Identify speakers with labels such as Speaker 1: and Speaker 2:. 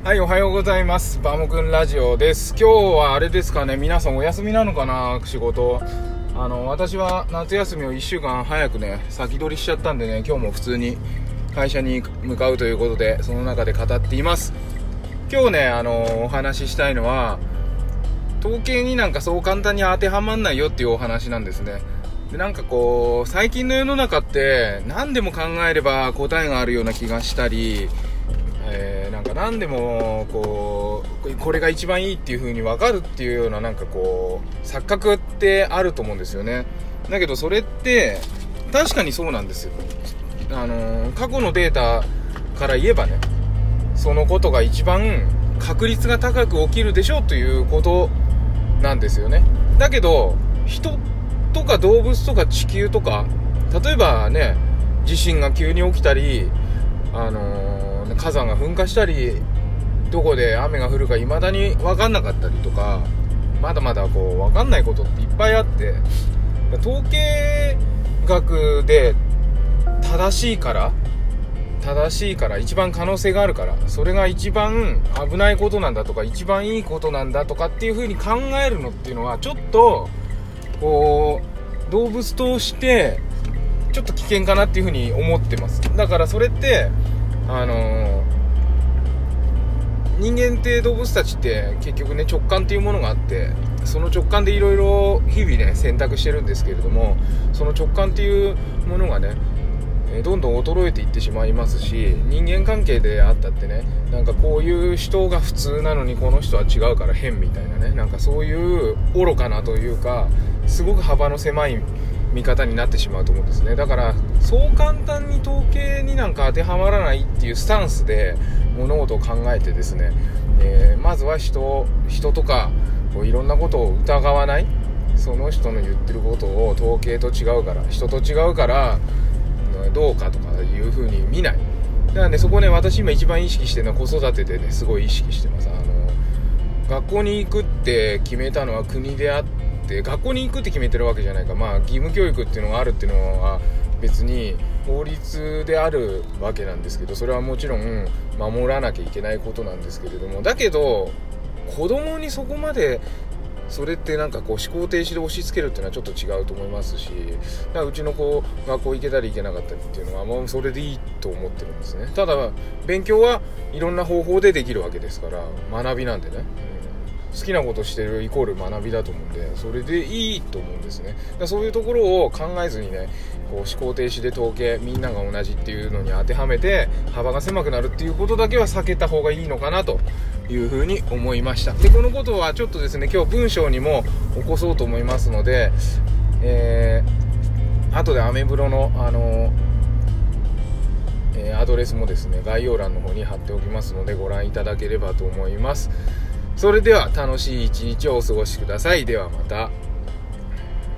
Speaker 1: はい、おはようございます。バモくんラジオです。今日はあれですかね、皆さんお休みなのかな、仕事。私は夏休みを1週間早くね、先取りしちゃったんでね、今日も普通に会社に向かうということで、その中で語っています。今日ね、お話ししたいのは、統計になんかそう簡単に当てはまんないよっていうお話なんですね。で、なんかこう、最近の世の中って、何でも考えれば答えがあるような気がしたり、なんか何でもこれが一番いいっていう風に分かるっていうようななんかこう錯覚ってあると思うんですよね。だけどそれって確かにそうなんですよ。過去のデータから言えばね、そのことが一番確率が高く起きるでしょうということなんですよね。だけど人とか動物とか地球とか、例えばね、地震が急に起きたり火山が噴火したり、どこで雨が降るか未だに分かんなかったりとか、まだまだこう分かんないことっていっぱいあって、統計学で正しいから一番可能性があるから、それが一番危ないことなんだとか一番いいことなんだとかっていう風に考えるのっていうのはちょっとこう動物としてちょっと危険かなっていう風に思ってます。だからそれって人間って動物たちって結局ね、直感っていうものがあって、その直感でいろいろ日々ね選択してるんですけれども、その直感っていうものがねどんどん衰えていってしまいますし、人間関係であったってね、なんかこういう人が普通なのにこの人は違うから変みたいなね、なんかそういう愚かなというか、すごく幅の狭い見方になってしまうと思うんですね。だからそう簡単に統計になんか当てはまらないっていうスタンスで物事を考えてですね、まずは人とかこういろんなことを疑わない。その人の言ってることを統計と違うから、人と違うからどうかとかいう風に見ない。だからね、そこね、私今一番意識してるのは子育てでね、すごい意識してます。学校に行くって決めたのは国であって、学校に行くって決めてるわけじゃないか。まあ義務教育っていうのがあるっていうのは別に法律であるわけなんですけど、それはもちろん守らなきゃいけないことなんですけれども、だけど子供にそこまでそれってなんかこう思考停止で押し付けるっていうのはちょっと違うと思いますし、だからうちの子学校行けたり行けなかったりっていうのはもうそれでいいと思ってるんですね。ただ勉強はいろんな方法でできるわけですから、学びなんでね、好きなことしてるイコール学びだと思うんで、それでいいと思うんですね。だからそういうところを考えずにね、こう思考停止で統計みんなが同じっていうのに当てはめて幅が狭くなるっていうことだけは避けた方がいいのかなというふうに思いました。で、このことはちょっとですね、今日文章にも起こそうと思いますので、後でアメブロのアドレスもですね、概要欄の方に貼っておきますのでご覧いただければと思います。それでは楽しい一日をお過ごしください。ではまた。